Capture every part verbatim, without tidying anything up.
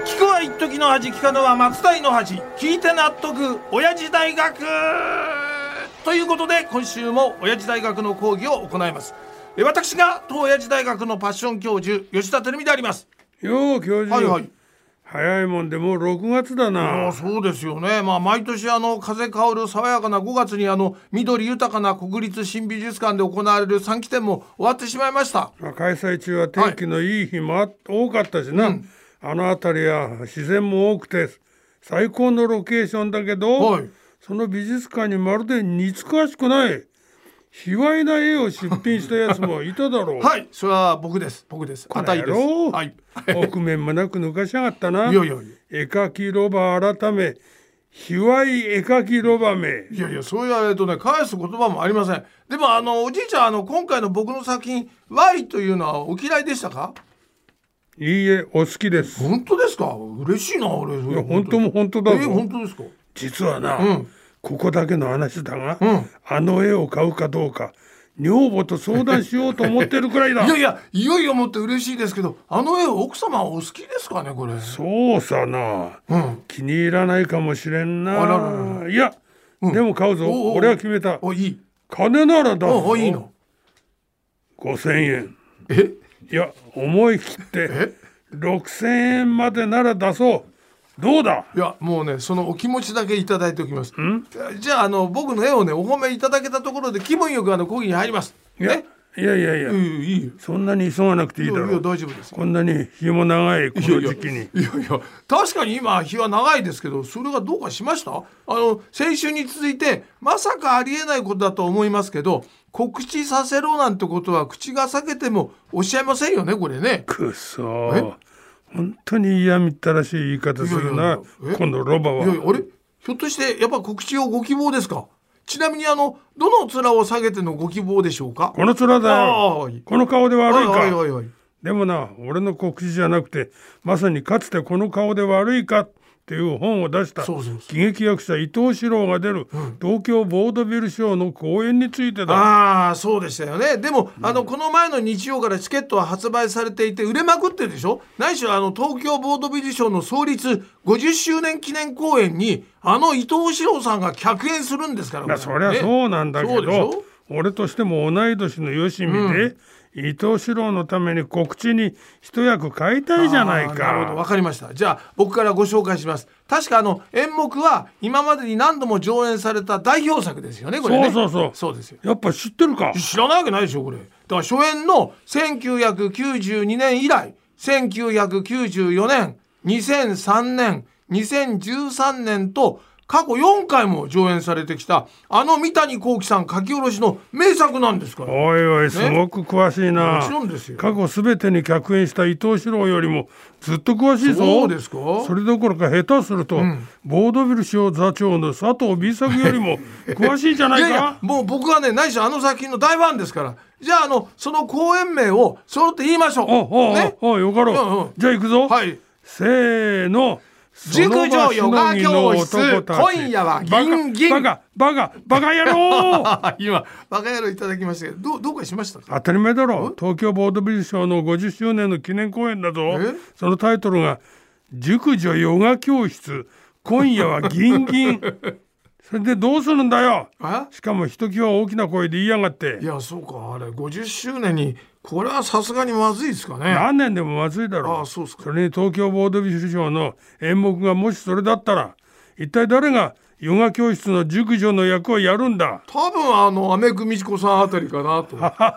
聞くは一時の恥、聞かぬは松代の恥。聞いて納得、親父大学ということで、今週も親父大学の講義を行います。え私が当親父大学のパッション教授、吉田照美であります。 よう教授、 はいはい、 早いもんでもうろくがつだな。 そうですよね。まあ、毎年あの風香る爽やかなごがつにあの緑豊かな国立新美術館で行われるさんき展も終わってしまいました。 まあ、開催中は天気のいい日もあ、はい、多かったしな、うん、あの辺りは自然も多くて最高のロケーションだけど、はい、その美術館にまるで似つかわしくない卑猥な絵を出品したやつもいただろう。 はい、それは僕です僕です。 この野郎、はい、臆面もなく抜かしやがったな。いやいやいや、絵描きロバ改め卑猥絵描きロバめ。 いやいや、そう言われるとね、返す言葉もありません。でもあのおじいちゃん、あの今回の僕の作品 Y というのはお嫌いでしたか？ いいえ、お好きです。 本当ですか？嬉しいな俺。 いや、本当も本当だぞ。 えー、本当ですか？ 実はな、うん、ここだけの話だが、 うん、 あの絵を買うかどうか女房と相談しようと思ってるくらいだ。 いやいや、いよいよもって嬉しいですけど、あの絵を奥様はお好きですかねこれ？ そうさな、うん、気に入らないかもしれんな。 あららら。 いや、うん、でも買うぞ。おお、俺は決めた。 おいい。 金なら出すぞ。 おお、いいの。 ごせんえん。 え？ いや、思い切ってろくせんえんまでなら出そう。どうだ？ いや、もうね、そのお気持ちだけいただいておきます。ん？じゃあ、あの僕の絵をねお褒めいただけたところで気分よくあの講義に入ります。 いや、 ね、 いやいやいや、 いいいい、 そんなに急がなくていいだろう。 いやいや、大丈夫です。 こんなに日も長いこの時期に。 いやいや、いやいや、確かに今日は長いですけど、それがどうかしました？あの先週に続いてまさかありえないことだと思いますけど、告知させろなんてことは口が裂けてもおっしゃいませんよねこれね。 くそー、本当に嫌みったらしい言い方するな。いやいやいや、このロバは。 いやいや、あれ、ひょっとしてやっぱ告知をご希望ですか？ちなみにあのどの面を下げてのご希望でしょうか？ この面だよ。この顔で悪いか。 はいはいはいはい、 でもな、俺の告知じゃなくて、まさにかつてこの顔で悪いかっていう本を出した喜劇役者伊藤四郎が出る東京ボードビルショーの公演についてだ。 ああ、そうでしたよね。でも、うん、あのこの前の日曜からチケットは発売されていて売れまくってるでしょ。何しろあの東京ボードビルショーの創立ごじゅっしゅうねん記念公演にあの伊藤四郎さんが客演するんですから。 いや、そりゃそうなんだけど、俺としても同い年のよしみで、うん、伊藤四郎のために告知に一役買いたいじゃないか。 なるほど、わかりました。じゃあ僕からご紹介します。確かあの演目は今までに何度も上演された代表作ですよねこれね。 そうそうそう、 そうですよ。 やっぱ知ってるか？ 知らないわけないでしょこれ。だから初演のせんきゅうひゃくきゅうじゅうにねん以来、せんきゅうひゃくきゅうじゅうよねん、にせんさんねん、にせんじゅうさんねんと過去よんかいも上演されてきたあの三谷幸喜さん書き下ろしの名作なんですから。 おいおい、すごく詳しいな。 もちろんですよ。 過去すべてに客演した伊藤四郎よりもずっと詳しいぞ。 そうですか？ それどころか下手すると、うん、ボードビルショー座長の佐藤 B 作よりも詳しいじゃないか。いやいや、 もう僕はね、何しろあの作品の大ファンですから。じゃあ、あのその公演名を揃って言いましょう。 おお、ね、おお、よかろう、うんうん、じゃあ行くぞ。 はい、 せーの。 熟女ヨガ教室、今夜はギンギン。 バカバカバカ野郎今バカ野郎いただきましたけど、ど, どうかしましたか？ 当たり前だろ。東京ボードビルショーのごじゅっしゅうねんの記念公演だぞ。そのタイトルが熟女ヨガ教室、今夜はギンギンそれでどうするんだよ。しかもひときわ大きな声で言いやがって。 いや、そうか、あれごじゅっしゅうねんにこれはさすがにまずいですかね。 何年でもまずいだろう。 ああ、そうですか。 それに東京ボードビルショーの演目がもしそれだったら、一体誰がヨガ教室の熟女の役をやるんだ。 多分あのアメクミチコさんあたりかなと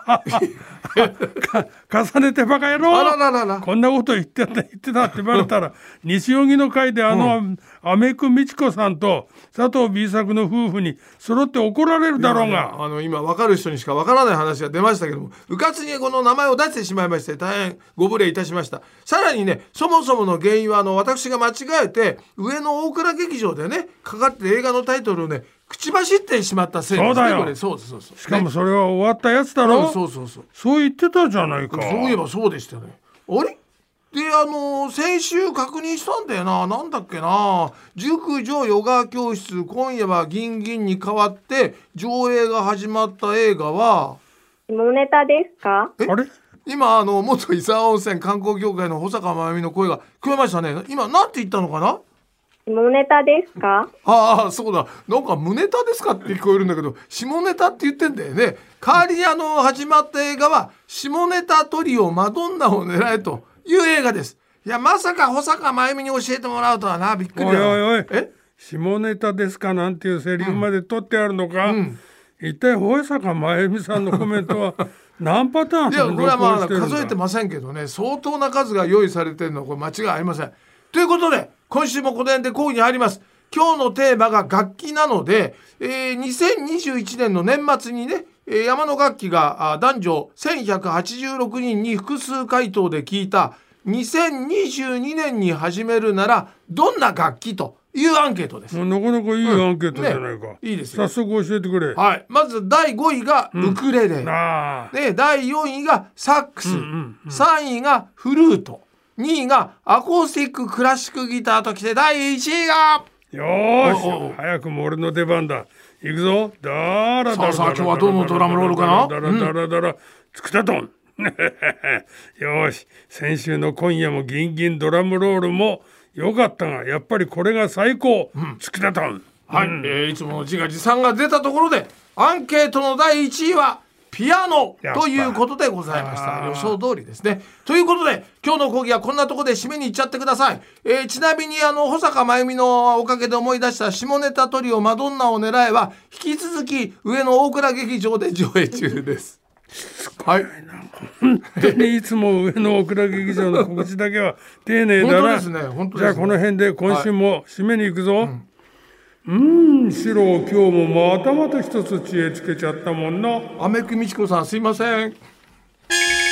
重ねてバカ野郎。 あらららら、 こんなこと言ってた言ってたって言われたら西荻の会であの、うん、アメクミチコさんと佐藤 B 作の夫婦に揃って怒られるだろうが。いやいや、 あの今分かる人にしか分からない話が出ましたけども、うかつにこの名前を出してしまいまして大変ご無礼いたしました。さらにね、そもそもの原因はあの私が間違えて上野大倉劇場でねかかって映画のタイトルをね口走ってしまったせいですね。 そうだよ。 これそうそうそう、 しかもそれは終わったやつだろ、 うん、そうそうそう、 そう言ってたじゃないか。 そういえばそうでしたね。あれで、あの先週確認したんだよな。なんだっけな、熟女ヨガ教室今夜はギンギンに変わって上映が始まった映画は下ネタですか？ あれ今あの元伊沢温泉観光協会の保坂真由美の声が聞こえましたね。今なんて言ったのかな。 下ネタですか。 ああそうだ、なんか無ネタですかって聞こえるんだけど、下ネタって言ってんだよね。代わりにあの始まった映画は下ネタトリオマドンナを狙えという映画です。いやまさか保坂真由美に教えてもらうとはな、びっくりだ。 おいおいおい、 え下ネタですかなんていうセリフまで取ってあるのか、うん、一体保坂真由美さんのコメントは何パターンいやこれはまあ録音してるんだ。 数えてませんけどね、相当な数が用意されてるのはこれ間違いありません。ということで今週もこの辺で講義に入ります。今日のテーマが楽器なので、えー、にせんにじゅういちねんの年末にね、えー、山の楽器が男女せんひゃくはちじゅうろくにんに複数回答で聞いたにせんにじゅうにねんに始めるならどんな楽器というアンケートです。 なかなかいいアンケートじゃないか、 うんね、いいですよ。 早速教えてくれ。 はい、まずだいごいがウクレレ、うん、あでだいよんいがサックス、うんうんうん、さんいがフルート、にいがアコースティッククラシックギターときてだいいちいがよーしおお早くも俺の出番だ。行くぞ。だーらだらだらさあさあ今日はどのドラムロールかな。 だらだらだらつくたとんよし先週の今夜もギンギンドラムロールもよかったがやっぱりこれが最高、うん、つくたとんはい、うんえー、いつもの自画自賛が出たところでアンケートのだいいちいはピアノということでございました。予想通りですね。ということで今日の講義はこんなところで締めに行っちゃってください。えー、ちなみにあの保坂真由美のおかげで思い出した下ネタトリオマドンナを狙えは引き続き上野大倉劇場で上映中です。 はい、本当にいつも上野大倉劇場の告知だけは丁寧だな。 本当ですね、本当ですね。 じゃあこの辺で今週も締めに行くぞ。はい、うんシロ今日もまたまた一つ知恵つけちゃったもんな。 雨木美智子さんすいません。